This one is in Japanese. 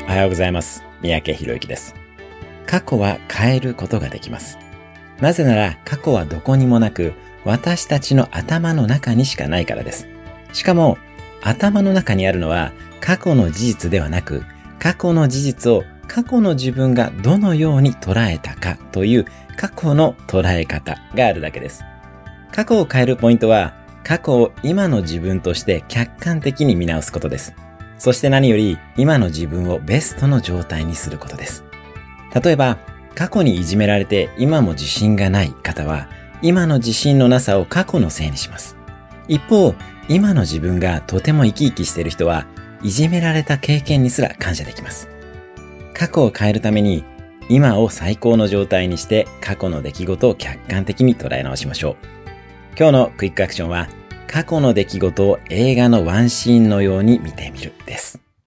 おはようございます。三宅博之です。過去は変えることができます。なぜなら過去はどこにもなく、私たちの頭の中にしかないからです。しかも、頭の中にあるのは過去の事実ではなく、過去の事実を過去の自分がどのように捉えたかという過去の捉え方があるだけです。過去を変えるポイントは、過去を今の自分として客観的に見直すことです。そして何より今の自分をベストの状態にすることです。例えば、過去にいじめられて今も自信がない方は、今の自信のなさを過去のせいにします。一方、今の自分がとても生き生きしている人は、いじめられた経験にすら感謝できます。過去を変えるために、今を最高の状態にして過去の出来事を客観的に捉え直しましょう。今日のクイックアクションは、過去の出来事を映画のワンシーンのように見てみるです。